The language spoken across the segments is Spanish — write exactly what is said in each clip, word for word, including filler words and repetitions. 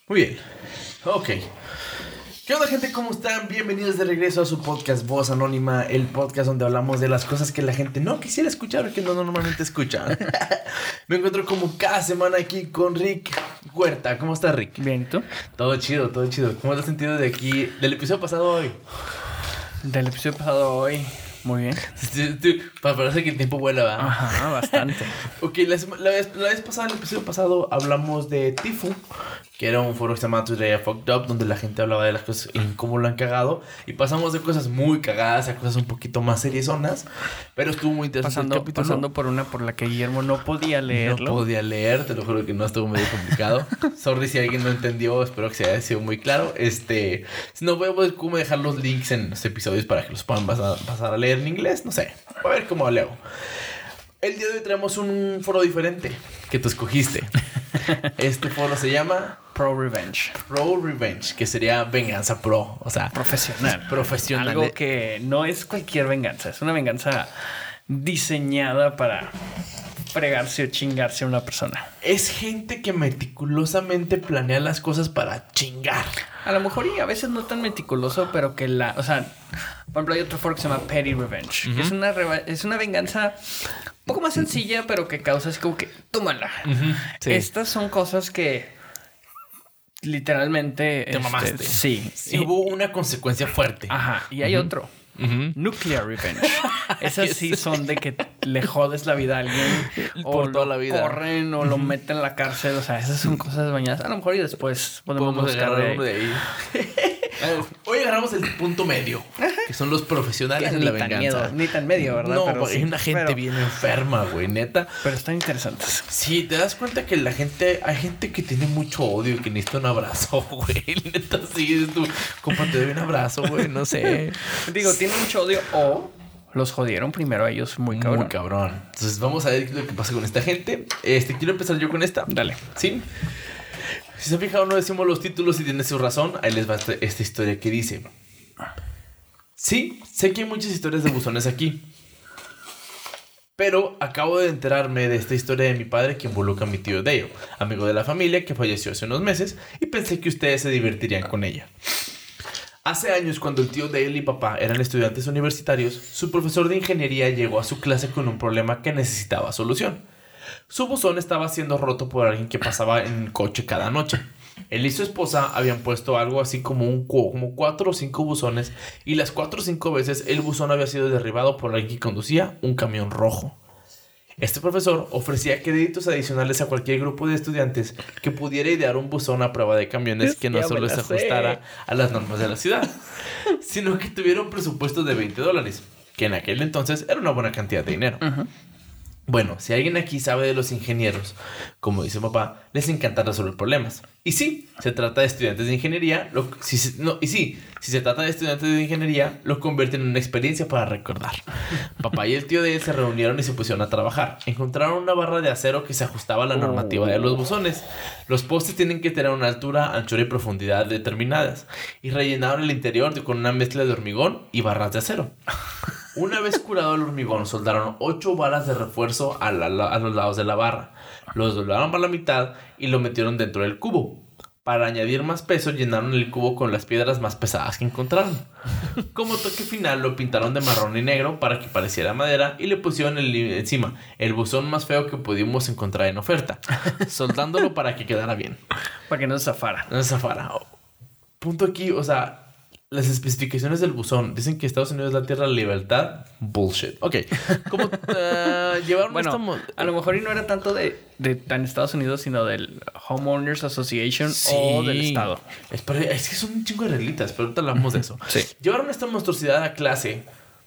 Muy bien. Ok. ¿Qué onda, gente? ¿Cómo están? Bienvenidos de regreso a su podcast Voz Anónima, el podcast donde hablamos de las cosas que la gente no quisiera escuchar o que no normalmente escucha. Me encuentro como cada semana aquí con Rick Huerta. ¿Cómo estás, Rick? Bien, ¿y tú? Todo chido, todo chido. ¿Cómo te has sentido de aquí, del episodio pasado hoy? Del episodio pasado hoy, muy bien. Parece que el tiempo vuela, ¿verdad? Ajá, bastante. Ok, la, la, vez, la vez pasada, en el episodio pasado, hablamos de Tifu, que era un foro que se llamaba Today I Fucked Up, donde la gente hablaba de las cosas y cómo lo han cagado. Y pasamos de cosas muy cagadas a cosas un poquito más seriezonas. Pero estuvo muy interesante pasando, el capítulo. Pasando por una por la que Guillermo no podía leerlo. No podía leer, te lo juro que no, estuvo medio complicado. Sorry si alguien no entendió, espero que se haya sido muy claro. Este, si no, voy a poder cómo dejar los links en los episodios para que los puedan pasar, pasar a leer en inglés. No sé, a ver cómo leo. El día de hoy traemos un foro diferente que tú escogiste. Este foro se llama Pro Revenge. Pro Revenge, que sería venganza pro, o sea, profesional. Profesional. Algo que no es cualquier venganza, es una venganza diseñada para fregarse o chingarse a una persona. Es gente que meticulosamente planea las cosas para chingar. A lo mejor y a veces no tan meticuloso, pero que la... O sea, por ejemplo, hay otro foro que se llama Petty Revenge. Uh-huh. Que es una, reva- es una venganza un poco más sencilla, pero que causa así como que... Tómala. Uh-huh. Sí. Estas son cosas que... Literalmente... Te este, mamaste. Sí. sí. Hubo una consecuencia fuerte. Ajá. Y hay uh-huh. otro. Uh-huh. Nuclear Revenge. Esas sí son de que le jodes la vida a alguien por o toda lo la vida. corren o uh-huh. lo meten en la cárcel. O sea, esas son cosas bañadas. A lo mejor y después podemos, podemos buscar agarrar de uno de ahí. Hoy agarramos el punto medio, que son los profesionales de la venganza. Miedo, ni tan medio, ¿verdad? No, pero porque sí, hay una gente pero, bien enferma, güey, neta. Pero están interesantes. Sí, te das cuenta que la gente, hay gente que tiene mucho odio y que necesita un abrazo, güey. Neta, sí, tú, compa, te doy un abrazo, güey, no sé. Digo, tienen mucho odio o los jodieron primero a ellos muy cabrón. Muy cabrón. Entonces vamos a ver lo que pasa con esta gente. Este, quiero empezar yo con esta. Dale. Sí. Si se han fijado, no decimos los títulos y tiene su razón. Ahí les va esta, esta historia que dice: sí, sé que hay muchas historias de buzones aquí, pero acabo de enterarme de esta historia de mi padre que involucra a mi tío Dale, amigo de la familia que falleció hace unos meses, y pensé que ustedes se divertirían con ella. Hace años, cuando el tío Dale y papá eran estudiantes universitarios, su profesor de ingeniería llegó a su clase con un problema que necesitaba solución. Su buzón estaba siendo roto por alguien que pasaba en coche cada noche. Él y su esposa habían puesto algo así como, un, como cuatro o cinco buzones, y las cuatro o cinco veces el buzón había sido derribado por alguien que conducía un camión rojo. Este profesor ofrecía créditos adicionales a cualquier grupo de estudiantes que pudiera idear un buzón a prueba de camiones que no solo se ajustara a las normas de la ciudad, sino que tuviera un presupuesto de veinte dólares, que en aquel entonces era una buena cantidad de dinero. Uh-huh. Bueno, si alguien aquí sabe de los ingenieros, como dice papá, les encanta resolver problemas. Y sí, se trata de estudiantes de ingeniería. Lo, si se, no, y sí, si se trata de estudiantes de ingeniería, lo convierten en una experiencia para recordar. Papá y el tío de él se reunieron y se pusieron a trabajar. Encontraron una barra de acero que se ajustaba a la normativa de los buzones. Los postes tienen que tener una altura, anchura y profundidad determinadas. Y rellenaron el interior con una mezcla de hormigón y barras de acero. Una vez curado el hormigón, soldaron ocho varas de refuerzo a, la, a los lados de la barra. Los doblaron por la mitad y lo metieron dentro del cubo. Para añadir más peso, llenaron el cubo con las piedras más pesadas que encontraron. Como toque final, lo pintaron de marrón y negro para que pareciera madera y le pusieron el, encima el buzón más feo que pudimos encontrar en oferta, soldándolo para que quedara bien. Para que no se zafara. No se zafara. Punto aquí, o sea... Las especificaciones del buzón dicen que Estados Unidos es la tierra de la libertad. Bullshit. Ok. ¿Cómo uh, llevaron bueno, esta mo- a lo mejor y no era tanto de, de tan Estados Unidos, sino del Homeowners Association sí. o del Estado. Es, pero es que son un chingo de reglitas, pero ahorita hablamos de eso. Sí. Llevaron esta monstruosidad a clase.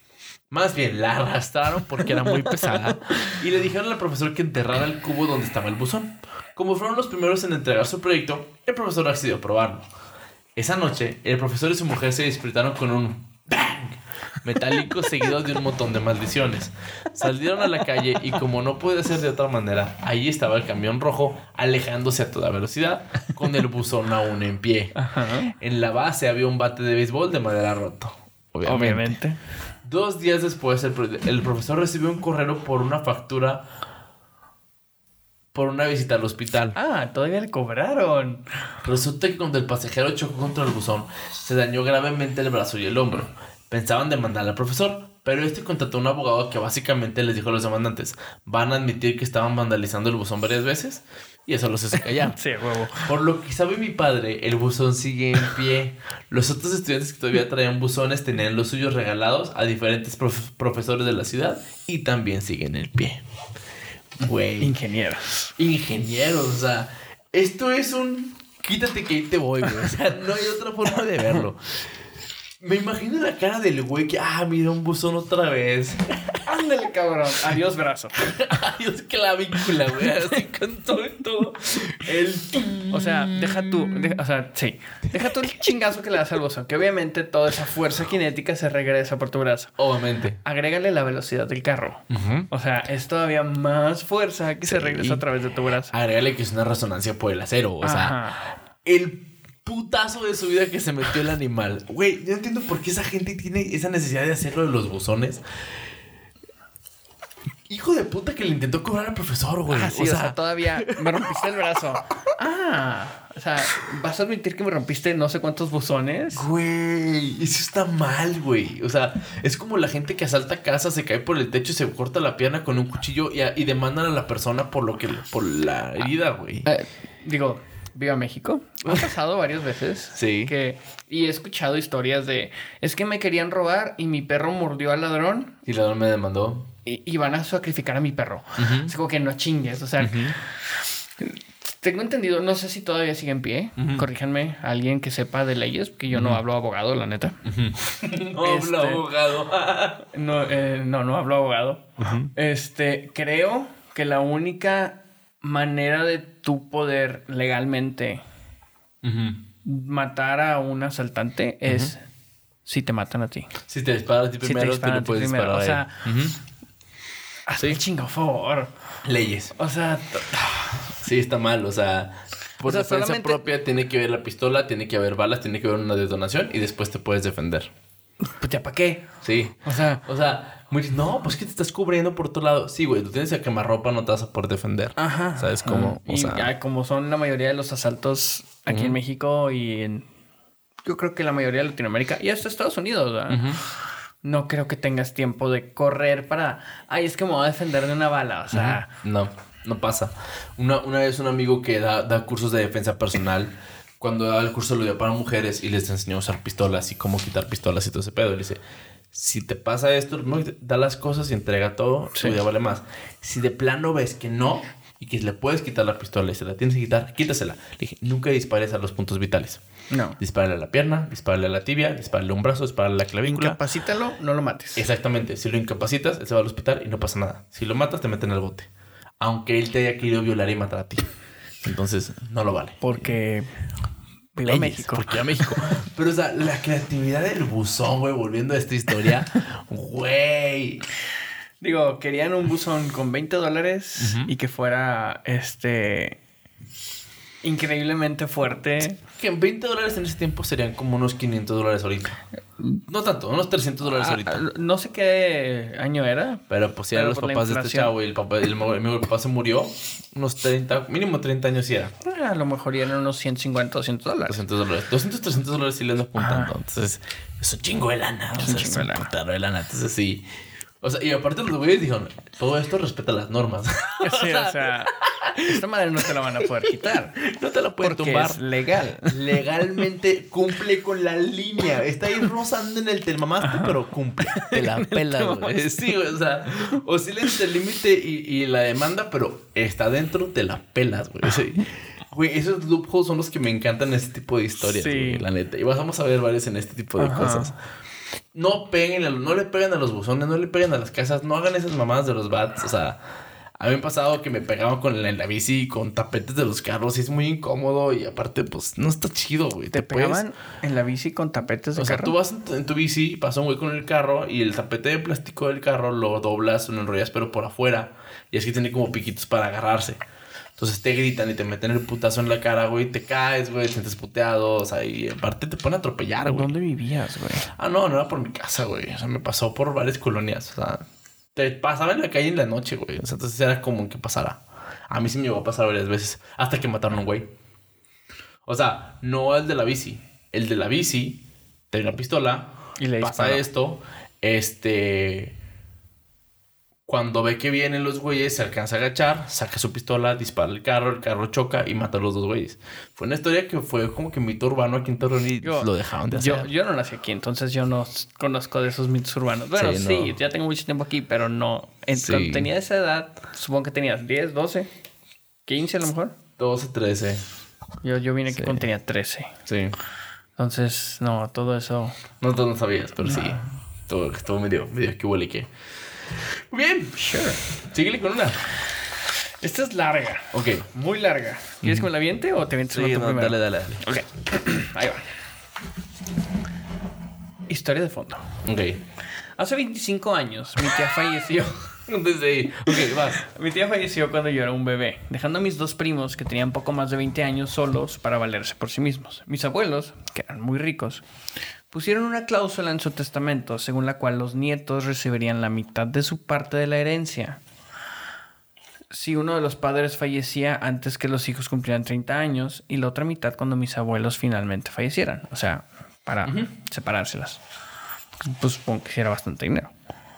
Más bien, la arrastraron porque era muy pesada. Y le dijeron al profesor que enterrara el cubo donde estaba el buzón. Como fueron los primeros en entregar su proyecto, el profesor accedió a probarlo. Esa noche, el profesor y su mujer se despertaron con un bang metálico seguido de un montón de maldiciones. Salieron a la calle y, como no puede ser de otra manera, allí estaba el camión rojo alejándose a toda velocidad, con el buzón aún en pie. Ajá. En la base había un bate de béisbol de madera roto. Obviamente. Obviamente. Dos días después, el, el profesor recibió un correo por una factura por una visita al hospital. Ah, todavía le cobraron. Resulta que cuando el pasajero chocó contra el buzón, se dañó gravemente el brazo y el hombro. Pensaban demandar al profesor, pero este contrató a un abogado que básicamente les dijo a los demandantes: van a admitir que estaban vandalizando el buzón varias veces, y eso los hace callar. Sí, huevo. Por lo que sabe mi padre, el buzón sigue en pie. Los otros estudiantes que todavía traían buzones tenían los suyos regalados a diferentes prof- profesores de la ciudad y también siguen en pie. Güey. Ingenieros. Ingenieros, o sea, esto es un quítate que ahí te voy, güey. O sea, no hay otra forma de verlo. Me imagino la cara del güey que, ah, mira un buzón otra vez. Ándale, cabrón. Adiós, brazo. Adiós, clavícula, güey. Así con todo y todo. El... O sea, deja tú, deja, o sea, sí. Deja tú el chingazo que le das al buzón, que obviamente toda esa fuerza cinética se regresa por tu brazo. Obviamente. Agrégale la velocidad del carro. Uh-huh. O sea, es todavía más fuerza que sí. se regresa a través de tu brazo. Agrégale que es una resonancia por el acero. O sea, ajá. El putazo de su vida que se metió el animal. Güey, yo no entiendo por qué esa gente tiene esa necesidad de hacerlo de los buzones. Hijo de puta que le intentó cobrar al profesor, güey. Ah, sí, o, o sea, sea, todavía me rompiste el brazo. Ah, o sea, ¿vas a admitir que me rompiste no sé cuántos buzones? Güey, eso está mal, güey. O sea, es como la gente que asalta casa, se cae por el techo y se corta la pierna con un cuchillo y, a, y demandan a la persona por lo que por la herida, güey. Eh, digo, viva México. Me ha pasado varias veces. Sí. Que, y he escuchado historias de... Es que me querían robar y mi perro mordió al ladrón. Y el ladrón me demandó. Y, y van a sacrificar a mi perro. Uh-huh. Es como que no chingues. O sea... Uh-huh. Tengo entendido... No sé si todavía sigue en pie. Uh-huh. Corríjanme. Alguien que sepa de leyes. Porque yo uh-huh. no hablo abogado, la neta. Uh-huh. No este, hablo abogado. no, eh, no, no hablo abogado. Uh-huh. Este... Creo que la única... manera de tú poder legalmente uh-huh. matar a un asaltante uh-huh. es si te matan a ti. Si te disparan a ti primero, si te tú le puedes disparar. O sea, uh-huh. hazme el chingo, por favor. Leyes. O sea, sí, está mal. O sea, por o sea, defensa solamente... propia tiene que haber la pistola, tiene que haber balas, tiene que haber una detonación y después te puedes defender. Pues ya, ¿para qué? Sí. O sea, o sea, muy, no, pues que te estás cubriendo por otro lado. Sí, güey, tú tienes a quemarropa, no te vas a poder defender. Ajá. ¿Sabes cómo? Uh-huh. O sea, y ya, como son la mayoría de los asaltos aquí uh-huh. en México y en... Yo creo que la mayoría de Latinoamérica y hasta Estados Unidos, ¿verdad? Uh-huh. No creo que tengas tiempo de correr para... Ay, es que me voy a defender de una bala, o sea... Uh-huh. No, no pasa. Una, una vez un amigo que da, da cursos de defensa personal... Cuando daba el curso lo dio para mujeres y les enseñó a usar pistolas y cómo quitar pistolas y todo ese pedo. Y le dice, si te pasa esto, da las cosas y entrega todo, sí. Tu vida vale más. Si de plano ves que no y que le puedes quitar la pistola y se la tienes que quitar, quítasela. Le dije, nunca dispares a los puntos vitales. No. Dispárale a la pierna, dispárale a la tibia, dispárale a un brazo, dispárale a la clavícula. Incapacítalo, no lo mates. Exactamente. Si lo incapacitas, él se va al hospital y no pasa nada. Si lo matas, te meten al bote. Aunque él te haya querido violar y matar a ti. Entonces, no lo vale. Porque... Viva Leyes, México. Porque a México. Pero, o sea, la creatividad del buzón, güey, volviendo a esta historia. Güey. Digo, querían un buzón con veinte dólares uh-huh. y que fuera, este... increíblemente fuerte. Que en veinte dólares en ese tiempo serían como unos quinientos dólares ahorita. No tanto, unos trescientos dólares ah, ahorita. No sé qué año era. Pero pues si eran los papás de este chavo y el papá, el, el, el papá se murió, unos treinta, mínimo treinta años sí era. A lo mejor eran unos ciento cincuenta, doscientos dólares. doscientos dólares. doscientos, trescientos dólares sí le ando apuntando. Ah. Entonces, es un chingo de lana. Es o sea, un chingo de lana. Es un putero de lana. Entonces sí. O sea, y aparte los güeyes dijeron, todo esto respeta las normas. Sí, o sea, esta madre no te la van a poder quitar. No te la pueden porque tumbar. Es legal. Legalmente cumple con la línea. Está ahí rozando en el te mamaste, pero cumple. Te la pelas, güey. Sí, güey, o sea, oscilas el límite y, y la demanda, pero está dentro, te la pelas, güey. Sí. Güey, esos loopholes son los que me encantan en este tipo de historias, sí. Güey, la neta. Y vamos a ver varios en este tipo de Ajá. cosas. No peguen, a, no le peguen a los buzones, no le peguen a las casas, no hagan esas mamadas de los bats. O sea, a mí me ha pasado que me pegaban con la, en la bici con tapetes de los carros y es muy incómodo y aparte, pues, no está chido, güey. ¿Te, ¿Te pegaban en la bici con tapetes de o carro? O sea, tú vas en tu, en tu bici, pasa un güey con el carro y el tapete de plástico del carro lo doblas o lo enrollas pero por afuera y es que tiene como piquitos para agarrarse. Entonces te gritan y te meten el putazo en la cara, güey. Te caes, güey. Te sientes puteado. O sea, y aparte te ponen a atropellar, güey. ¿Dónde vivías, güey? Ah, no, no era por mi casa, güey. O sea, me pasó por varias colonias. O sea, te pasaba en la calle en la noche, güey. O sea, entonces era común que pasara. A mí sí me llegó a pasar varias veces. Hasta que mataron a un güey. O sea, no el de la bici. El de la bici tenía una pistola. Y le pasa disparó. esto. Este... Cuando ve que vienen los güeyes, se alcanza a agachar, saca su pistola, dispara el carro, el carro choca y mata a los dos güeyes. Fue una historia que fue como que mito urbano aquí en Torreón y Yo- lo dejaron de Yo, hacer. yo no nací aquí, entonces yo no s- conozco de esos mitos urbanos. Bueno, Sí, sí, no. ya tengo mucho tiempo aquí, pero no. En, Sí. Cuando tenía esa edad, supongo que tenías diez, doce, quince a lo mejor. doce, trece. Yo, yo vine aquí Sí. cuando tenía trece. Sí. Entonces, no, todo eso. No, tú no sabías, pero sí. Estuvo, estuvo medio, medio que huele que. Muy bien. Sure. Síguele con una. Esta es larga. Ok. Muy larga. ¿Quieres que me la aviente o te avientes una Sí, tú no, primero? dale, dale, dale. Ok. Ahí va. Historia de fondo. Ok. Hace veinticinco años, mi tía falleció. Desde ahí. Ok, vas. Mi tía falleció cuando yo era un bebé, dejando a mis dos primos, que tenían poco más de veinte años, solos para valerse por sí mismos. Mis abuelos, que eran muy ricos, pusieron una cláusula en su testamento según la cual los nietos recibirían la mitad de su parte de la herencia si uno de los padres fallecía antes que los hijos cumplieran treinta años y la otra mitad cuando mis abuelos finalmente fallecieran. O sea, para separárselas. Pues supongo que sí era bastante dinero.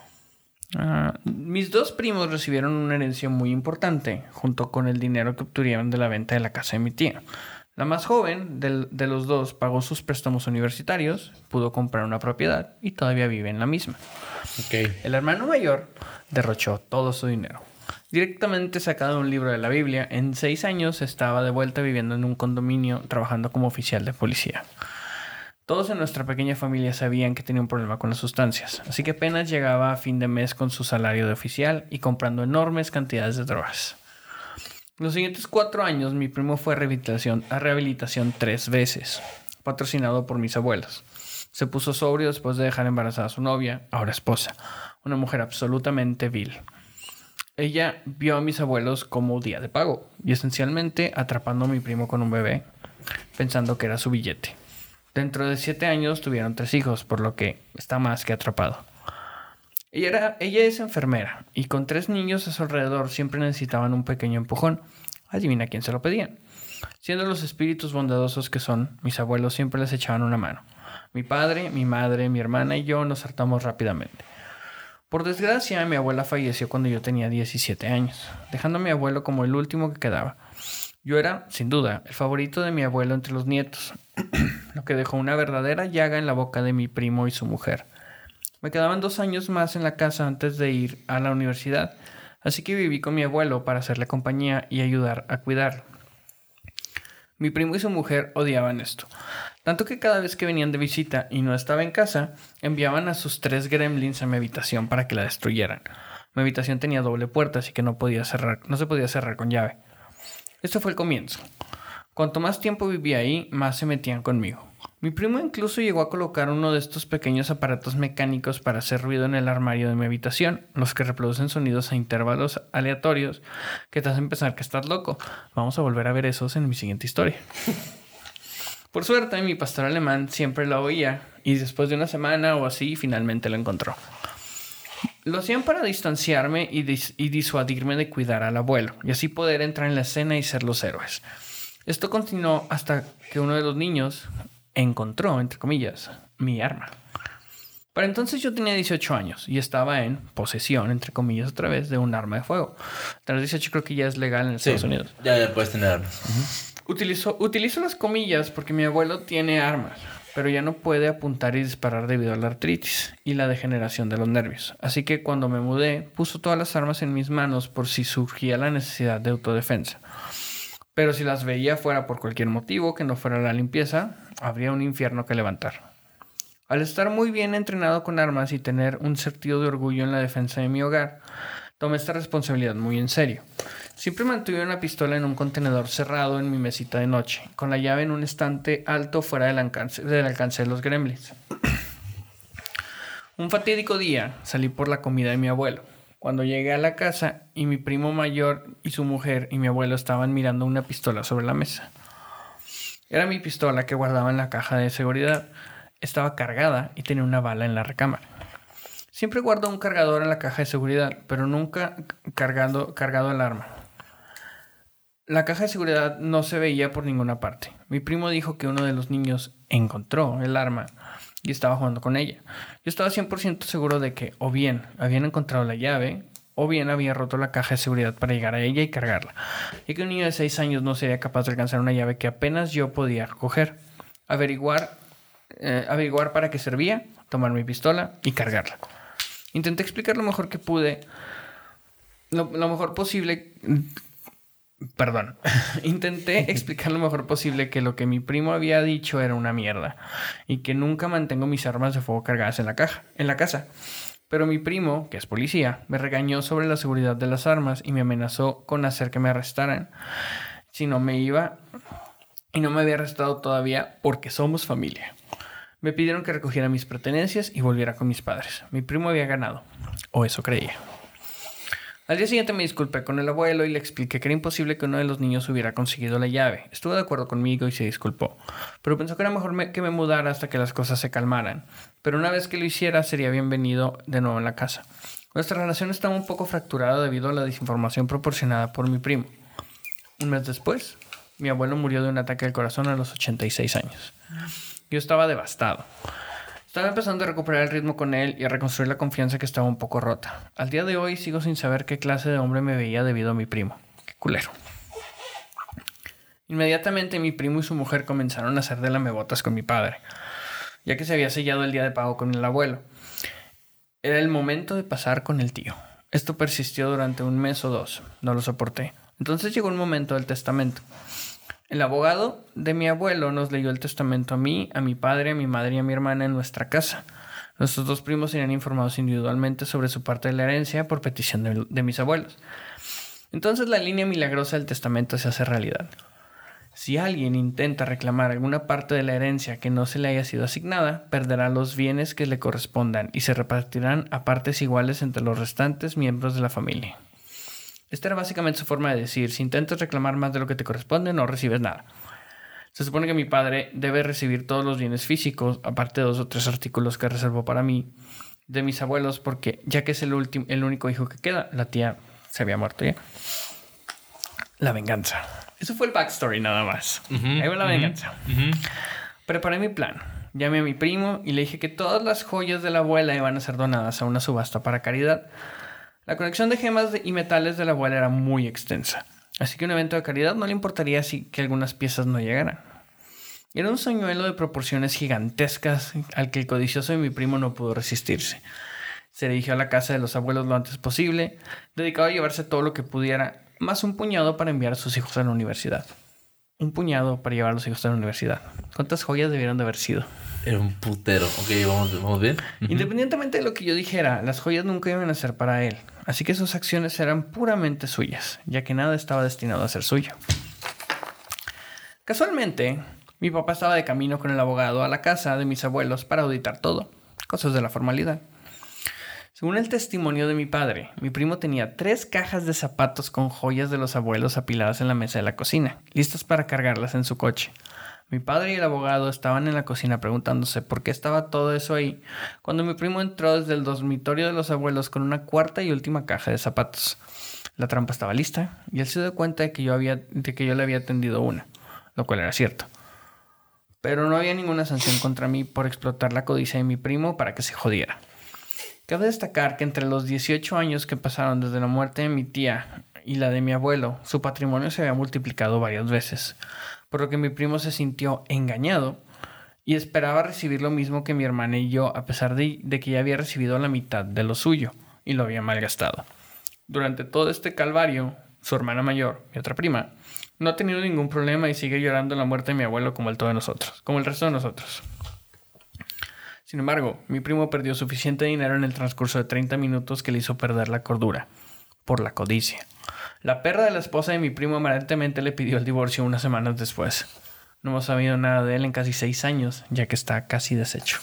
Ah, mis dos primos recibieron una herencia muy importante, junto con el dinero que obtuvieron de la venta de la casa de mi tía. La más joven del- de los dos pagó sus préstamos universitarios, pudo comprar una propiedad y todavía vive en la misma. Ok. El hermano mayor derrochó todo su dinero. Directamente sacado de un libro de la Biblia, en seis años estaba de vuelta viviendo en un condominio trabajando como oficial de policía. Todos en nuestra pequeña familia sabían que tenía un problema con las sustancias, así que apenas llegaba a fin de mes con su salario de oficial y comprando enormes cantidades de drogas. Los siguientes cuatro años mi primo fue a rehabilitación, a rehabilitación tres veces, patrocinado por mis abuelos. Se puso sobrio después de dejar embarazada a su novia, ahora esposa, una mujer absolutamente vil. Ella vio a mis abuelos como día de pago y esencialmente atrapando a mi primo con un bebé, pensando que era su billete. Dentro de siete años tuvieron tres hijos, por lo que está más que atrapado. Ella, era, ella es enfermera y con tres niños a su alrededor siempre necesitaban un pequeño empujón. Adivina quién se lo pedían. Siendo los espíritus bondadosos que son, mis abuelos siempre les echaban una mano. Mi padre, mi madre, mi hermana y yo nos hartamos rápidamente. Por desgracia, mi abuela falleció cuando yo tenía diecisiete años, dejando a mi abuelo como el último que quedaba. Yo era, sin duda, el favorito de mi abuelo entre los nietos, lo que dejó una verdadera llaga en la boca de mi primo y su mujer. Me quedaban dos años más en la casa antes de ir a la universidad, así que viví con mi abuelo para hacerle compañía y ayudar a cuidarlo. Mi primo y su mujer odiaban esto, tanto que cada vez que venían de visita y no estaba en casa, enviaban a sus tres gremlins a mi habitación para que la destruyeran. Mi habitación tenía doble puerta, así que no podía cerrar, no se podía cerrar con llave. Esto fue el comienzo. Cuanto más tiempo vivía ahí, más se metían conmigo. Mi primo incluso llegó a colocar uno de estos pequeños aparatos mecánicos para hacer ruido en el armario de mi habitación, los que reproducen sonidos a intervalos aleatorios que te hacen pensar que estás loco. Vamos a volver a ver esos en mi siguiente historia. Por suerte, mi pastor alemán siempre lo oía y después de una semana o así, finalmente lo encontró. Lo hacían para distanciarme y, dis- y disuadirme de cuidar al abuelo, y así poder entrar en la escena y ser los héroes. Esto continuó hasta que uno de los niños encontró, entre comillas, mi arma. Para entonces yo tenía dieciocho años y estaba en posesión, entre comillas, otra vez, de un arma de fuego. Tras dieciocho creo que ya es legal en Sí, Estados Unidos. ya, ya puedes tener armas. Utilizo, utilizo las comillas porque mi abuelo tiene armas, pero ya no puede apuntar y disparar debido a la artritis y la degeneración de los nervios. Así que cuando me mudé, puso todas las armas en mis manos por si surgía la necesidad de autodefensa. Pero si las veía fuera por cualquier motivo que no fuera la limpieza, habría un infierno que levantar. Al estar muy bien entrenado con armas y tener un sentido de orgullo en la defensa de mi hogar, tomé esta responsabilidad muy en serio. Siempre mantuve una pistola en un contenedor cerrado en mi mesita de noche, con la llave en un estante alto fuera del alcance, del alcance de los gremlins. Un fatídico día salí por la comida de mi abuelo. Cuando llegué a la casa y mi primo mayor y su mujer y mi abuelo estaban mirando una pistola sobre la mesa. Era mi pistola que guardaba en la caja de seguridad. Estaba cargada y tenía una bala en la recámara. Siempre guardo un cargador en la caja de seguridad, pero nunca cargado, cargado el arma. La caja de seguridad no se veía por ninguna parte. Mi primo dijo que uno de los niños encontró el arma y estaba jugando con ella. Yo estaba cien por ciento seguro de que o bien habían encontrado la llave o bien había roto la caja de seguridad para llegar a ella y cargarla, y que un niño de seis años no sería capaz de alcanzar una llave que apenas yo podía coger, averiguar, eh, averiguar para qué servía, tomar mi pistola y cargarla. Intenté explicar lo mejor que pude, lo, lo mejor posible... Perdón. Intenté explicar lo mejor posible que lo que mi primo había dicho era una mierda y que nunca mantengo mis armas de fuego cargadas en la caja, en la casa. Pero mi primo, que es policía, me regañó sobre la seguridad de las armas y me amenazó con hacer que me arrestaran si no me iba, y no me había arrestado todavía porque somos familia. Me pidieron que recogiera mis pertenencias y volviera con mis padres. Mi primo había ganado, o eso creía. Al día siguiente me disculpé con el abuelo y le expliqué que era imposible que uno de los niños hubiera conseguido la llave. Estuvo de acuerdo conmigo y se disculpó, pero pensó que era mejor me, que me mudara hasta que las cosas se calmaran. Pero una vez que lo hiciera, sería bienvenido de nuevo en la casa. Nuestra relación estaba un poco fracturada debido a la desinformación proporcionada por mi primo. Un mes después, mi abuelo murió de un ataque al corazón a los ochenta y seis años. Yo estaba devastado. Estaba empezando a recuperar el ritmo con él y a reconstruir la confianza que estaba un poco rota. Al día de hoy sigo sin saber qué clase de hombre me veía debido a mi primo. Qué culero. Inmediatamente mi primo y su mujer comenzaron a hacer de lamebotas con mi padre, ya que se había sellado el día de pago con el abuelo. Era el momento de pasar con el tío. Esto persistió durante un mes o dos. No lo soporté. Entonces llegó el momento del testamento. El abogado de mi abuelo nos leyó el testamento a mí, a mi padre, a mi madre y a mi hermana en nuestra casa. Nuestros dos primos serían informados individualmente sobre su parte de la herencia por petición de, de mis abuelos. Entonces la línea milagrosa del testamento se hace realidad. Si alguien intenta reclamar alguna parte de la herencia que no se le haya sido asignada, perderá los bienes que le correspondan y se repartirán a partes iguales entre los restantes miembros de la familia. Esta era básicamente su forma de decir: si intentas reclamar más de lo que te corresponde, no recibes nada. Se supone que mi padre debe recibir todos los bienes físicos, aparte de dos o tres artículos que reservó para mí, de mis abuelos, porque ya que es el, último, el único hijo que queda, la tía se había muerto ya. La venganza. Eso fue el backstory nada más. Uh-huh, Ahí va la uh-huh, venganza. Uh-huh. Preparé mi plan. Llamé a mi primo y le dije que todas las joyas de la abuela iban a ser donadas a una subasta para caridad. La colección de gemas y metales de la abuela era muy extensa, así que un evento de caridad no le importaría si que algunas piezas no llegaran. Era un señuelo de proporciones gigantescas al que el codicioso de mi primo no pudo resistirse. Se dirigió a la casa de los abuelos lo antes posible, dedicado a llevarse todo lo que pudiera, más un puñado para enviar a sus hijos a la universidad. Un puñado para llevar a los hijos a la universidad. ¿Cuántas joyas debieron de haber sido? Era un putero. Ok, vamos, vamos bien. Uh-huh. Independientemente de lo que yo dijera, las joyas nunca iban a ser para él. Así que sus acciones eran puramente suyas, ya que nada estaba destinado a ser suyo. Casualmente, mi papá estaba de camino con el abogado a la casa de mis abuelos para auditar todo. Cosas de la formalidad. Según el testimonio de mi padre, mi primo tenía tres cajas de zapatos con joyas de los abuelos apiladas en la mesa de la cocina, listas para cargarlas en su coche. Mi padre y el abogado estaban en la cocina preguntándose por qué estaba todo eso ahí, cuando mi primo entró desde el dormitorio de los abuelos con una cuarta y última caja de zapatos. La trampa estaba lista y él se dio cuenta de que yo, había, de que yo le había tendido una, lo cual era cierto. Pero no había ninguna sanción contra mí por explotar la codicia de mi primo para que se jodiera. Cabe destacar que entre los dieciocho años que pasaron desde la muerte de mi tía y la de mi abuelo, su patrimonio se había multiplicado varias veces, por lo que mi primo se sintió engañado y esperaba recibir lo mismo que mi hermana y yo, a pesar de, de que ya había recibido la mitad de lo suyo y lo había malgastado. Durante todo este calvario, su hermana mayor, mi otra prima, no ha tenido ningún problema y sigue llorando la muerte de mi abuelo como el todo de nosotros, como el resto de nosotros. Sin embargo, mi primo perdió suficiente dinero en el transcurso de treinta minutos que le hizo perder la cordura, por la codicia. La perra de la esposa de mi primo aparentemente le pidió el divorcio unas semanas después. No hemos sabido nada de él en casi seis años, ya que está casi deshecho.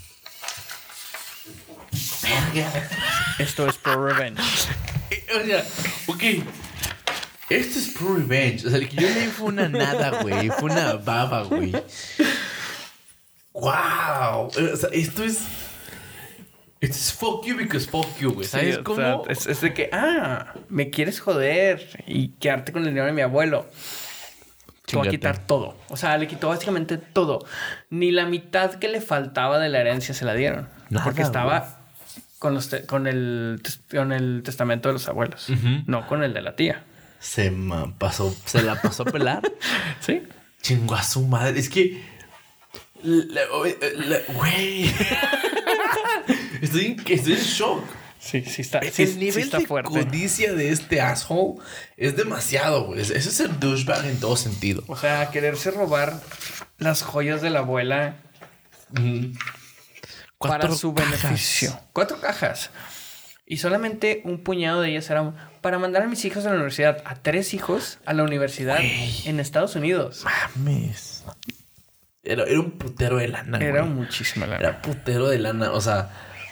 Esto es Pro Revenge. O sea, ok. Esto es Pro Revenge. O sea, el que yo leí fue una nada, güey. Fue una baba, güey. ¡Wow! O sea, esto es... It's fuck you because fuck you, güey. ¿Sabes Sí, cómo? o sea, es, es de que, ah, me quieres joder y quedarte con el dinero de mi abuelo. Te voy a Chingate. quitar todo. O sea, le quitó básicamente todo. Ni la mitad que le faltaba de la herencia se la dieron. Nada, porque estaba güey. con, los te- con, el, tes- con el testamento de los abuelos. Ujú. No con el de la tía. Se ma- pasó, se la pasó a pelar. Sí. Chingó a su madre. Es que. la- la- Güey. estoy, en, estoy en shock. Sí, sí está, el sí, sí nivel está de fuerte. codicia de este asshole es demasiado, güey. Ese es el douchebag en todo sentido. O sea, quererse robar las joyas de la abuela Mm. para Cuatro su cajas. beneficio. Cuatro cajas. Y solamente un puñado de ellas eran para mandar a mis hijos a la universidad. A tres hijos a la universidad Güey. en Estados Unidos. Mames. Era, era un putero de lana, Era güey. muchísima la Era putero de lana. O sea.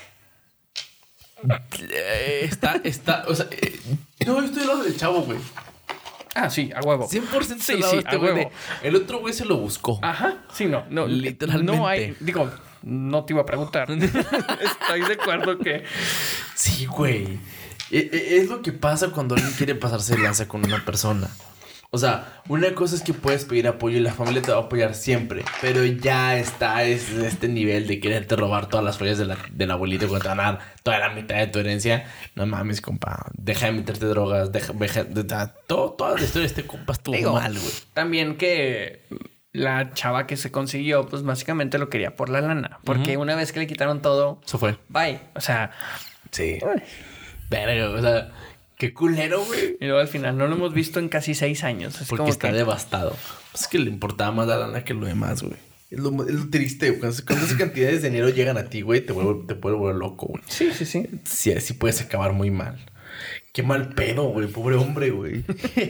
eh, Está, está. O sea. eh, No, yo estoy al lado del chavo, güey. Ah, sí, a huevo. cien por ciento Sí, al lado sí, de este a güey. huevo. de- El otro güey se lo buscó. Ajá, sí, no, no. Literalmente. No hay. Digo, no te iba a preguntar. Estoy de acuerdo que. Sí, güey. E- e- Es lo que pasa cuando alguien quiere pasarse de lanza con una persona. O sea, una cosa es que puedes pedir apoyo y la familia te va a apoyar siempre. Pero ya está es este nivel de quererte robar todas las joyas de la, del abuelito cuando te van a dar toda la mitad de tu herencia. No mames, compa. Deja de meterte drogas. Deja, deja- de- de- todo, toda la historia de este compa estuvo Digo, mal, güey. También que la chava que se consiguió, pues básicamente lo quería por la lana. Porque una vez que le quitaron todo, Eso fue. bye. O sea, Sí. Verga, o sea, qué culero, güey. y luego al final no lo hemos visto en casi seis años. Así Porque como está que, devastado. Es que le importaba más la lana que lo demás, güey. Es lo, es lo triste, güey. Cuando, cuando esas cantidades de dinero llegan a ti, güey, te, vuelve, te puede volver loco, güey. Sí, sí, sí. Sí, sí puedes acabar muy mal. Qué mal pedo, güey. Pobre hombre, güey.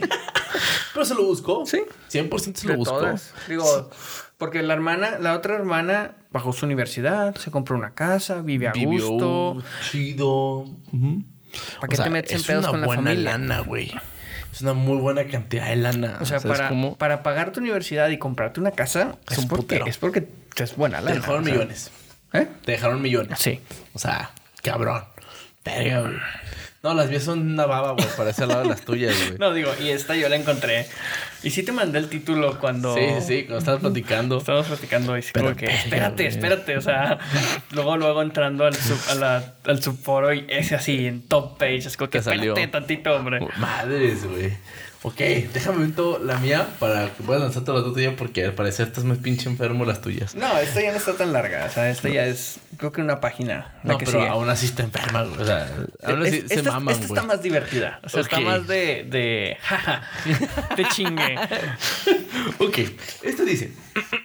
Pero se lo buscó. Sí. cien por ciento se lo De buscó. todas. Digo, porque la hermana, la otra hermana pagó su universidad, se compró una casa, vive a Vivió gusto. chido. Ujú. ¿Para qué te metes en es pedos una con la buena familia? lana, güey. Es una muy buena cantidad de lana. O sea, ¿Sabes para, cómo? para pagar tu universidad y comprarte una casa Es es, un porque, putero. es porque es buena Te lana. dejaron o sea. millones. ¿Eh? Te dejaron millones. Sí. O sea, cabrón. Verga, güey. No, las mías son una baba, güey, para ese lado de las tuyas, güey. No, digo, y esta yo la encontré. Y sí te mandé el título cuando... Sí, sí, sí, cuando estabas platicando. Estábamos platicando y sí, Pero como que, verga, espérate, güey. espérate. O sea, luego, luego entrando al, sub, a la, al subforo y ese así en top page. Es como que Te salió. espérate tantito, hombre. Madres, güey. Ok, déjame ver todo la mía para que puedas lanzarte la tuya porque al parecer estás más pinche enfermo las tuyas. No, esta ya no está tan larga. O sea, esta ya es, creo que una página. La No, que pero sigue. aún así está enferma, güey. O sea, aún así Es- se esta, maman, esta güey. está más divertida. O sea, está Ok. más de... de jaja, te chingue. Ok, esto dice: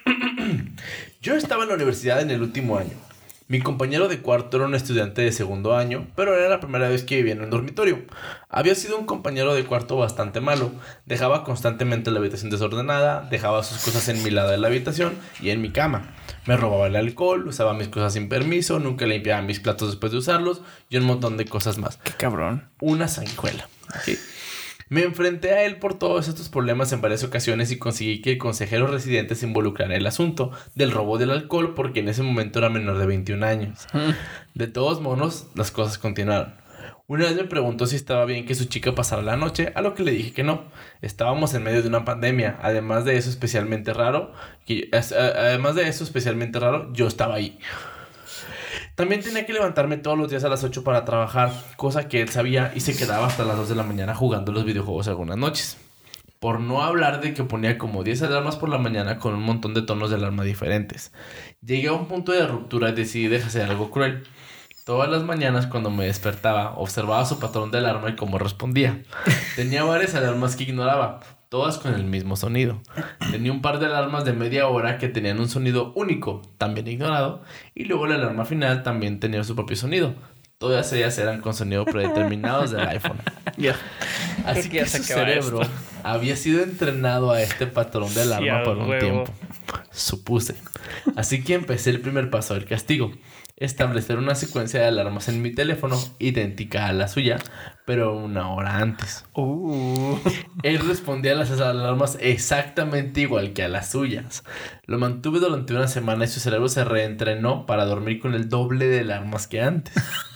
Yo estaba en la universidad en el último año. Mi compañero de cuarto era un estudiante de segundo año, pero era la primera vez que vivía en un dormitorio. Había sido un compañero de cuarto bastante malo. Dejaba constantemente la habitación desordenada, dejaba sus cosas en mi lado de la habitación y en mi cama. Me robaba el alcohol, usaba mis cosas sin permiso, nunca limpiaba mis platos después de usarlos y un montón de cosas más. Qué cabrón. Una sanguijuela. ¿Ok? Me enfrenté a él por todos estos problemas en varias ocasiones y conseguí que el consejero residente se involucrara en el asunto del robo del alcohol porque en ese momento era menor de veintiún años. De todos modos, las cosas continuaron. Una vez me preguntó si estaba bien que su chica pasara la noche, a lo que le dije que no. Estábamos en medio de una pandemia, además de eso especialmente raro, que, además de eso especialmente raro, yo estaba ahí. También tenía que levantarme todos los días a las ocho para trabajar, cosa que él sabía y se quedaba hasta las dos de la mañana jugando los videojuegos algunas noches. Por no hablar de que ponía como diez alarmas por la mañana con un montón de tonos de alarma diferentes. Llegué a un punto de ruptura y decidí dejar hacer algo cruel. Todas las mañanas cuando me despertaba, observaba su patrón de alarma y cómo respondía. Tenía varias alarmas que ignoraba, todas con el mismo sonido. Tenía un par de alarmas de media hora que tenían un sonido único, también ignorado, y luego la alarma final también tenía su propio sonido. Todas ellas eran con sonido predeterminados del iPhone. Ya. Así Creo que ya se su acaba cerebro esto. había sido entrenado a este patrón de alarma Sí, a por un huevo. tiempo. Supuse. Así que empecé el primer paso del castigo. establecer una secuencia de alarmas en mi teléfono idéntica a la suya, pero una hora antes. Uh. Él respondía a las alarmas exactamente igual que a las suyas. Lo mantuve durante una semana y su cerebro se reentrenó para dormir con el doble de alarmas que antes.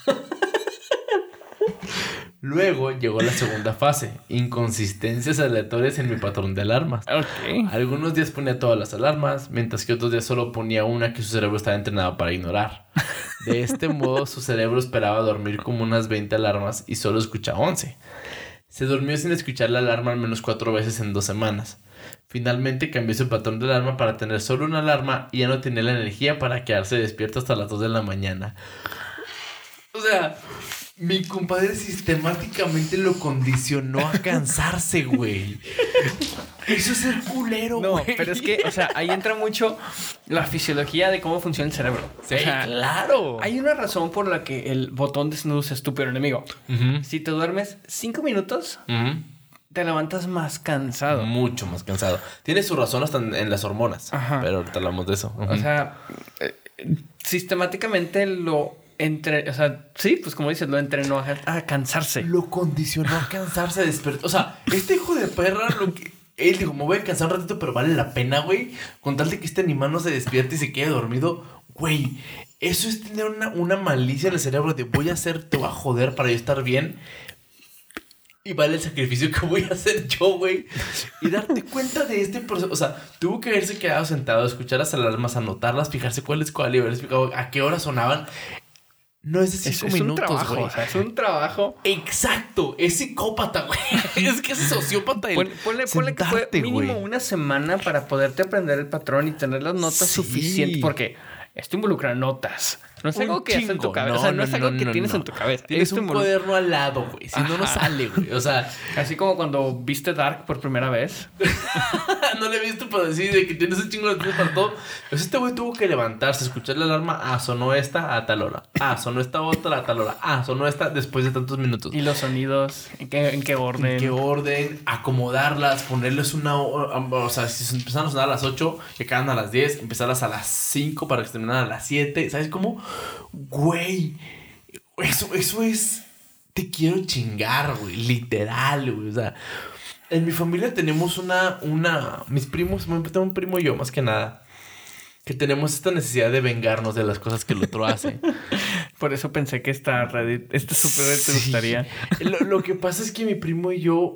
Luego llegó la segunda fase, inconsistencias aleatorias en mi patrón de alarmas. Ok. Algunos días ponía todas las alarmas, mientras que otros días solo ponía una que su cerebro estaba entrenado para ignorar. De este modo, su cerebro esperaba dormir como unas veinte alarmas y solo escuchaba once. Se durmió sin escuchar la alarma al menos cuatro veces en dos semanas. Finalmente cambió su patrón de alarma para tener solo una alarma y ya no tenía la energía para quedarse despierto hasta las dos de la mañana. O sea... Mi compadre sistemáticamente lo condicionó a cansarse, güey. Eso es ser culero, güey. No, pero es que, o sea, ahí entra mucho la fisiología de cómo funciona el cerebro. Sí, o sea, claro. Hay una razón por la que el botón de snooze es tu peor enemigo. Uh-huh. Si te duermes cinco minutos, Uh-huh. te levantas más cansado. Mucho más cansado. Tiene su razón hasta en, en las hormonas. Ajá. Pero ahorita hablamos de eso. Uh-huh. O sea, eh, sistemáticamente lo... Entre, o sea, sí, pues como dices, lo entrenó a, a cansarse. Lo condicionó a cansarse, despertó. O sea, este hijo de perra, lo que... Él dijo, me voy a cansar un ratito, pero vale la pena, güey. Con tal de que este animal no se despierte y se quede dormido. Güey, eso es tener una, una malicia en el cerebro de voy a hacer, te voy a joder para yo estar bien. Y vale el sacrificio que voy a hacer yo, güey. Y darte cuenta de este proceso. O sea, tuvo que haberse quedado sentado, escuchar las alarmas, anotarlas, fijarse cuál es cuál y haber explicado a qué hora sonaban. No es de cinco es, minutos, es un trabajo, güey. O sea, es un trabajo. Exacto. Es psicópata, güey. Es que es sociópata. Pon, ponle, ponle que fue mínimo güey. una semana para poderte aprender el patrón y tener las notas Sí. suficientes. Porque esto involucra notas. No es Un algo que haces en tu chingo. cabeza. No, o sea, no, no, es algo no, que no, tienes no. en tu cabeza. Tienes Esto un involu- cuaderno al lado, güey. Si no, no Ajá. sale, güey. O sea... Así como cuando viste Dark por primera vez. no le he visto, pero decir de que tienes un chingo de tiempo para todo. Pues este güey tuvo que levantarse, escuchar la alarma. Ah, sonó esta a tal hora. Ah, sonó esta otra a tal hora. Ah, sonó esta después de tantos minutos. Y los sonidos, ¿en qué, en qué orden? En qué orden, acomodarlas, ponerles una hora. O sea, si empezaron a sonar a las ocho, que acaban a las diez, empezarlas a las cinco para que terminaran a las siete. ¿Sabes cómo? Güey, eso, eso es... Te quiero chingar, güey. Literal, güey. O sea, en mi familia tenemos una... una mis primos, tengo un primo y yo, más que nada, que tenemos esta necesidad de vengarnos de las cosas que el otro hace. Por eso pensé que esta Reddit, esta super Reddit te Sí. gustaría. Lo, lo que pasa es que mi primo y yo...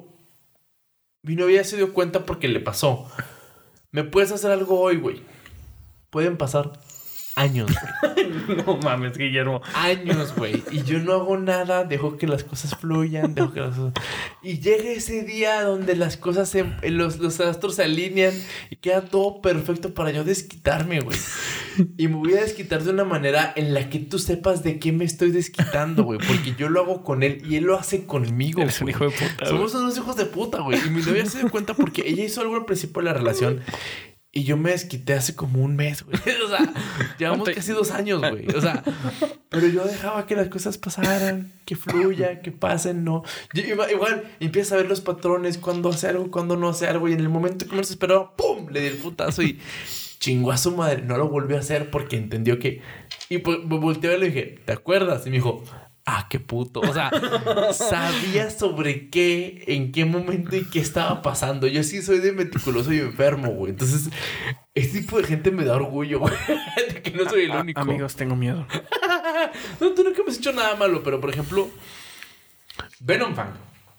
Mi novia se dio cuenta porque le pasó. ¿Me puedes hacer algo hoy, güey? Pueden pasar años, güey. No mames, Guillermo. Años, güey. Y yo no hago nada, dejo que las cosas fluyan, dejo que las cosas... Y llega ese día donde las cosas, se... los, los astros se alinean y queda todo perfecto para yo desquitarme, güey. Y me voy a desquitar de una manera en la que tú sepas de qué me estoy desquitando, güey. Porque yo lo hago con él y él lo hace conmigo, Eres un güey. hijo de puta, Somos unos hijos de puta, güey. Y mi novia se dio cuenta porque ella hizo algo al principio de la relación. Y yo me desquité hace como un mes, güey. O sea, llevamos casi dos años, güey. O sea, pero yo dejaba que las cosas pasaran, que fluya, que pasen, no. Yo, igual, igual empieza a ver los patrones, cuando hace algo, cuando no hace algo. Y en el momento que menos esperaba, ¡pum! Le di el putazo y chingó a su madre. No lo volvió a hacer porque entendió que... Y pues me volteó y le dije, ¿te acuerdas? Y me dijo... Ah, qué puto. O sea, sabía sobre qué, en qué momento y qué estaba pasando. Yo sí soy de meticuloso y enfermo, güey. Entonces, este tipo de gente me da orgullo, güey. De que no soy el A- único. amigos, tengo miedo. No, tú nunca me has hecho nada malo, pero por ejemplo, Venom Fang.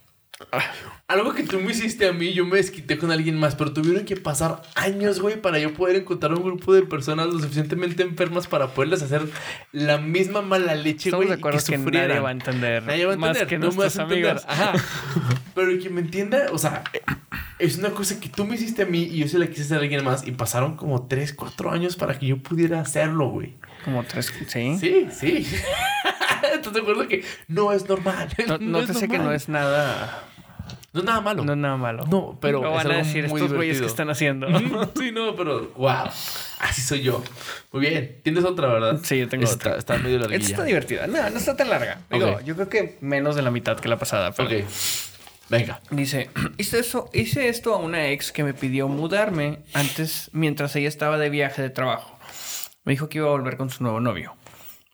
Algo que tú me hiciste a mí, yo me desquité con alguien más, pero tuvieron que pasar años, güey, para yo poder encontrar un grupo de personas lo suficientemente enfermas para poderles hacer la misma mala leche, Estamos güey, de acuerdo y que, que sufrieran. nadie va a entender. Nadie va a entender. Más que no me nuestros vas a entender. amigos. Ajá. Pero que me entienda, o sea, es una cosa que tú me hiciste a mí y yo se la quise hacer a alguien más y pasaron como tres, cuatro años para que yo pudiera hacerlo, güey. Como tres, ¿sí? Sí, sí. ¿Estás de acuerdo que no es normal? No, no te sé que no es nada... No es nada malo. No es nada malo. No, pero no es van a algo decir muy estos güeyes que divertido. están haciendo. Sí, no, pero wow. Así soy yo. Muy bien. Tienes otra, ¿verdad? Sí, yo tengo está, otra. Está medio larguilla. Esta está divertida. No, no está tan larga. Digo, Ok. yo creo que menos de la mitad que la pasada. Pero Ok. Venga. dice, hice, eso, hice esto a una ex que me pidió mudarme antes mientras ella estaba de viaje de trabajo. Me dijo que iba a volver con su nuevo novio.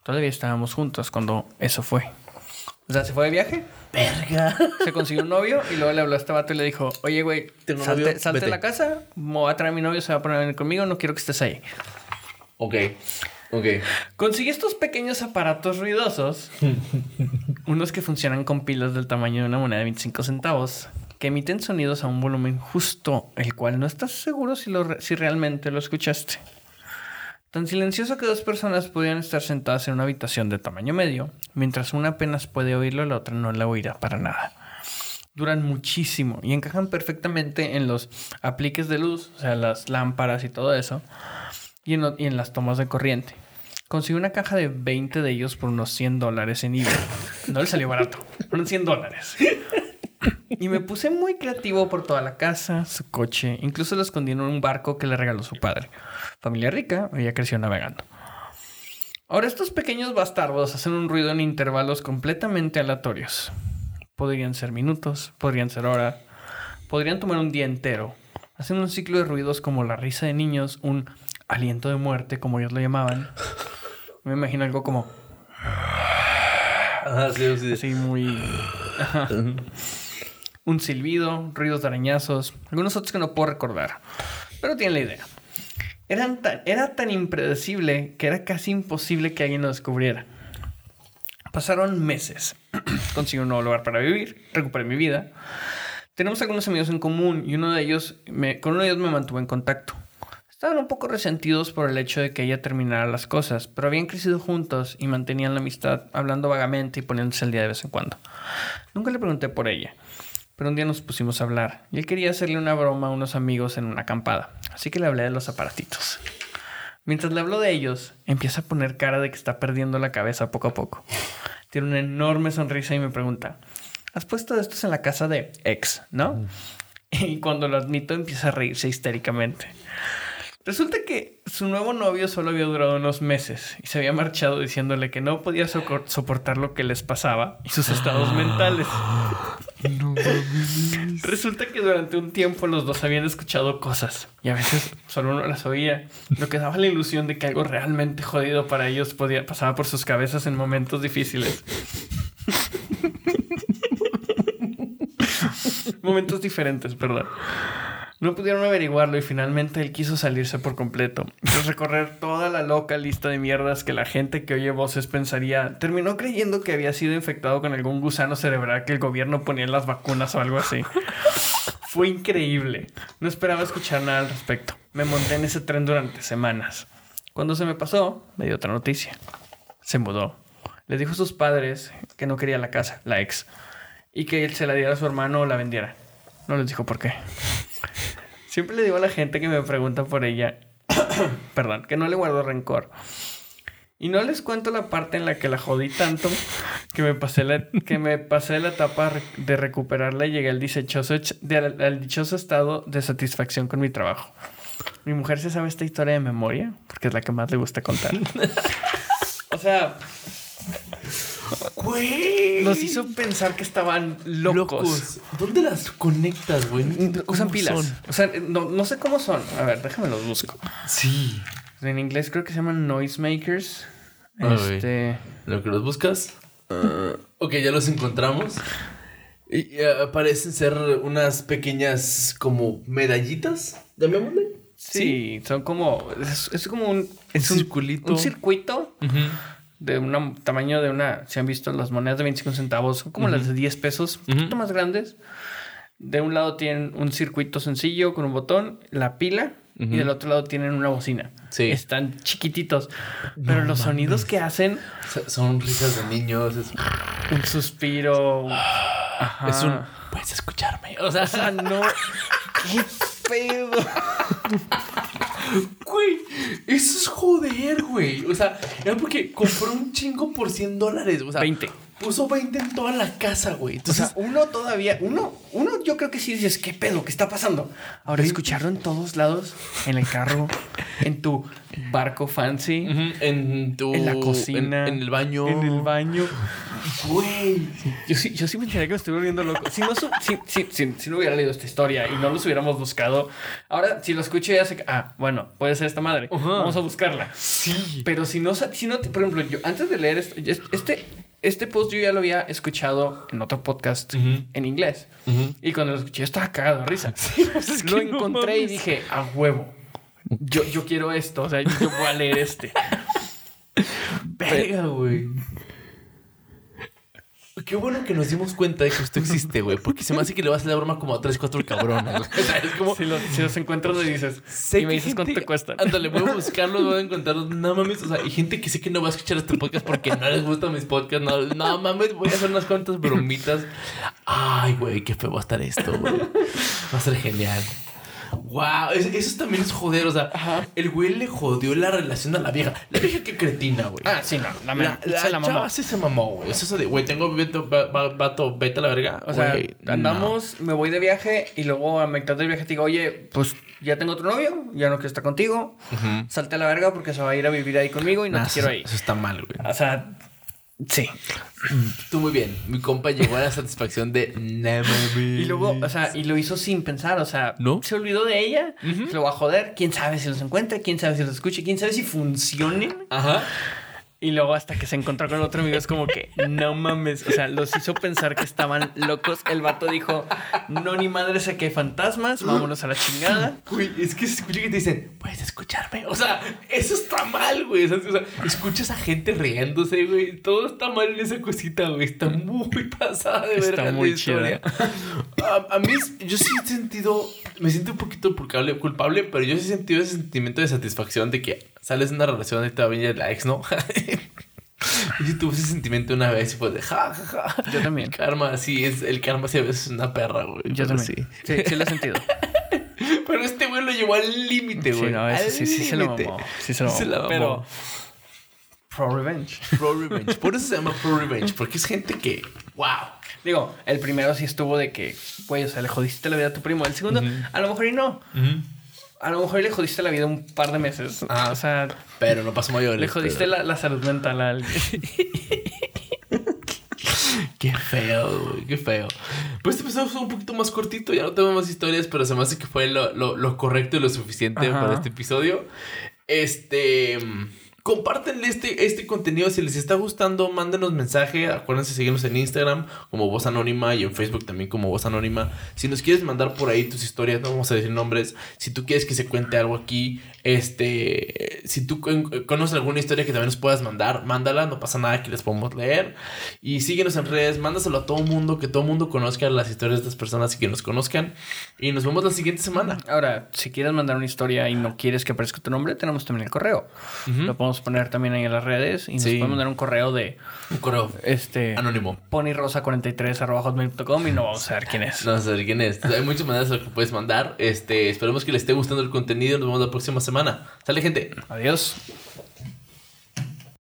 Todavía estábamos juntos cuando eso fue. O sea, se fue de viaje. Verga. Se consiguió un novio y luego le habló a este vato y le dijo, oye, güey, salte, salte de la casa, me voy a traer a mi novio, se va a poner a venir conmigo, no quiero que estés ahí. Ok, ok. Conseguí estos pequeños aparatos ruidosos, unos que funcionan con pilas del tamaño de una moneda de veinticinco centavos, que emiten sonidos a un volumen justo, el cual no estás seguro si, lo, si realmente lo escuchaste. Tan silencioso que dos personas podían estar sentadas en una habitación de tamaño medio, mientras una apenas puede oírlo, la otra no la oirá para nada. Duran muchísimo y encajan perfectamente en los apliques de luz, o sea, las lámparas y todo eso, y en, y en las tomas de corriente. Conseguí una caja de veinte de ellos por unos cien dólares en eBay. No le salió barato, fueron cien dólares. Y me puse muy creativo por toda la casa, su coche. Incluso lo escondí en un barco que le regaló su padre. Familia rica, ella creció navegando. Ahora estos pequeños bastardos hacen un ruido en intervalos completamente aleatorios. Podrían ser minutos, podrían ser horas, podrían tomar un día entero. Hacen un ciclo de ruidos como la risa de niños, un aliento de muerte, como ellos lo llamaban. Me imagino algo como... Ah, sí, sí. Así muy... Ajá. Un silbido, ruidos de arañazos, algunos otros que no puedo recordar, pero tienen la idea. Eran tan, era tan impredecible que era casi imposible que alguien lo descubriera. Pasaron meses. Conseguí un nuevo lugar para vivir, recuperé mi vida. Tenemos algunos amigos en común y uno de ellos me, con uno de ellos me mantuve en contacto. Estaban un poco resentidos por el hecho de que ella terminara las cosas, pero habían crecido juntos y mantenían la amistad, hablando vagamente y poniéndose al día de vez en cuando. Nunca le pregunté por ella. Pero un día nos pusimos a hablar y él quería hacerle una broma a unos amigos en una acampada. Así que le hablé de los aparatitos. Mientras le hablo de ellos, empieza a poner cara de que está perdiendo la cabeza poco a poco. Tiene una enorme sonrisa y me pregunta, ¿has puesto estos en la casa de ex, no? Mm. Y cuando lo admito empieza a reírse histéricamente. Resulta que su nuevo novio solo había durado unos meses y se había marchado diciéndole que no podía so- soportar lo que les pasaba y sus estados mentales. No, resulta que durante un tiempo los dos habían escuchado cosas y a veces solo uno las oía, lo que daba la ilusión de que algo realmente jodido para ellos podía pasaba por sus cabezas en momentos difíciles. Momentos diferentes, perdón. No pudieron averiguarlo y finalmente él quiso salirse por completo. Tras recorrer toda la loca lista de mierdas que la gente que oye voces pensaría, terminó creyendo que había sido infectado con algún gusano cerebral que el gobierno ponía en las vacunas o algo así. Fue increíble. No esperaba escuchar nada al respecto. Me monté en ese tren durante semanas. Cuando se me pasó, me dio otra noticia. Se mudó. Le dijo a sus padres que no quería la casa, la ex, y que él se la diera a su hermano o la vendiera. No les dijo por qué. Siempre le digo a la gente que me pregunta por ella, perdón, que no le guardo rencor. Y no les cuento la parte en la que la jodí tanto que me pasé la, que me pasé la etapa de recuperarla y llegué al dichoso, de, al, al dichoso estado de satisfacción con mi trabajo. Mi mujer se sabe esta historia de memoria porque es la que más le gusta contar. O sea... Güey. Nos hizo pensar que estaban locos. locos. ¿Dónde las conectas, güey? Usan pilas. Son? O sea, no, no sé cómo son. A ver, déjame los busco. Sí. En inglés creo que se llaman noisemakers. Ah, este... ¿Lo que los buscas? Uh, ok, ya los encontramos. Y uh, parecen ser unas pequeñas como medallitas, llamémosle. Sí, sí, son como... Es, es como un... Es un un circulito. Un circuito. Uh-huh. De un tamaño de una... Si han visto las monedas de veinticinco centavos, son como uh-huh. las de diez pesos, un poquito uh-huh. más grandes. De un lado tienen un circuito sencillo con un botón, la pila, uh-huh. y del otro lado tienen una bocina. Sí. Están chiquititos. Pero no, los man, sonidos no. que hacen... Son risas de niños. Es... Un suspiro. Ajá. Es un... Puedes escucharme. O sea, o sea no... ¡Qué pedo! Güey, eso es joder, güey. O sea, era porque compró un chingo por cien dólares. O sea, veinte. Puso veinte en toda la casa, güey. Entonces, o sea, uno todavía... Uno, uno yo creo que sí dices, ¿qué pedo? ¿Qué está pasando? Ahora, ¿veinte? Escucharlo en todos lados. En el carro, en tu barco fancy. Uh-huh. En tu... En la cocina. En, en el baño. En el baño. Güey. Yo sí, yo sí me enteré que me estoy volviendo loco. Si no, su, si, si, si, si no hubiera leído esta historia y no los hubiéramos buscado, ahora si lo escucho ya sé que, ah, bueno, puede ser esta madre. Uh-huh. Vamos a buscarla. Sí. Pero si no, si no, por ejemplo, yo antes de leer esto, este, este post yo ya lo había escuchado en otro podcast uh-huh. en inglés. Uh-huh. Y cuando lo escuché yo estaba cagado de risa. Sí, pues es que lo encontré no y dije, a huevo. Yo, yo quiero esto. O sea, yo, yo voy a leer este. Verga, güey. Qué bueno que nos dimos cuenta de que esto existe, güey. Porque se me hace que le vas a hacer la broma como a tres, cuatro cabrones. O sea, es como... Si, lo, si los encuentras, le dices... Sé y me dices gente... cuánto te cuestan. Ándale, voy a buscarlos, voy a encontrarlos. No mames. O sea, hay gente que sé que no va a escuchar este podcast porque no les gustan mis podcasts. No, no mames, voy a hacer unas cuantas bromitas. Ay, güey, qué feo va a estar esto, güey. Va a ser genial. Wow, eso, eso también es joder. O sea, ajá. El güey le jodió la relación a la vieja. La vieja qué cretina, güey. Ah, sí, no. La, la, la, se la mamó. Sí se mamó, güey. Es eso de, güey, tengo vato, vato, vete a la verga. O sea, wey, andamos, no. Me voy de viaje y luego a mitad del viaje te digo, oye, pues ya tengo otro novio, ya no quiero estar contigo. Uh-huh. Salte a la verga porque se va a ir a vivir ahí conmigo y no nah, te eso, quiero ahí. Eso está mal, güey. O sea... Sí. Tú muy bien. Mi compa llegó a la satisfacción de nada. Y luego, o sea, y lo hizo sin pensar, o sea, ¿no? Se olvidó de ella, uh-huh. Se lo va a joder, quién sabe si los encuentra, quién sabe si los escucha, quién sabe si funcionen. Ajá. Y luego hasta que se encontró con otro amigo es como que no mames, o sea, los hizo pensar que estaban locos. El vato dijo, no ni madre, sé que hay fantasmas, vámonos a la chingada. Güey, es que se escucha que te dicen, puedes escucharme. O sea, eso está mal, güey. O sea, escuchas a gente riéndose, güey. Todo está mal en esa cosita, güey. Está muy pasada de verdad. Está muy chida. A, a mí, yo sí he sentido, me siento un poquito culpable, culpable, pero yo sí he sentido ese sentimiento de satisfacción de que sales de una relación y te va a venir la ex, ¿no? Y si tuve ese sentimiento una vez y pues de ja, ja, ja. Yo también. El karma, sí, es, el karma sí a veces es una perra, güey. Yo también. Sí, sí, sí lo he sentido. Pero este güey lo llevó al límite, güey. Sí, no, eso sí, sí se lo mamó. Sí se lo mamó. Se la mamó. Pero... Pro Revenge. Pro Revenge. Por eso se llama Pro Revenge. Porque es gente que... ¡Wow! Digo, el primero sí estuvo de que... Güey, o sea, le jodiste la vida a tu primo. El segundo, uh-huh. A lo mejor y no. Uh-huh. A lo mejor le jodiste la vida un par de meses. Ah, o sea... Pero no pasó mayores. Le jodiste pero... la, la salud mental a alguien. Qué feo, güey. Qué feo. Pues este episodio fue un poquito más cortito. Ya no tengo más historias, pero se me hace que fue lo, lo, lo correcto y lo suficiente Ajá. para este episodio. Este... Compártenle este, este contenido. Si les está gustando, mándenos mensaje. Acuérdense de seguirnos en Instagram como Voz Anónima y en Facebook también como Voz Anónima. Si nos quieres mandar por ahí tus historias, no vamos a decir nombres. Si tú quieres que se cuente algo aquí, este, si tú conoces alguna historia que también nos puedas mandar, mándala. No pasa nada, que les podemos leer. Y síguenos en redes, mándaselo a todo mundo, que todo mundo conozca las historias de estas personas y que nos conozcan. Y nos vemos la siguiente semana. Ahora, si quieres mandar una historia y no quieres que aparezca tu nombre, tenemos también el correo. Uh-huh. Lo podemos poner también ahí en las redes y nos sí. pueden mandar un correo de un correo este anónimo ponyrosa cuarenta y tres arroba hotmail punto com y no vamos a saber quién es. No vamos a saber quién es. Hay muchas maneras de lo que puedes mandar. Este, esperemos que les esté gustando el contenido. Nos vemos la próxima semana. Sale, gente. Adiós.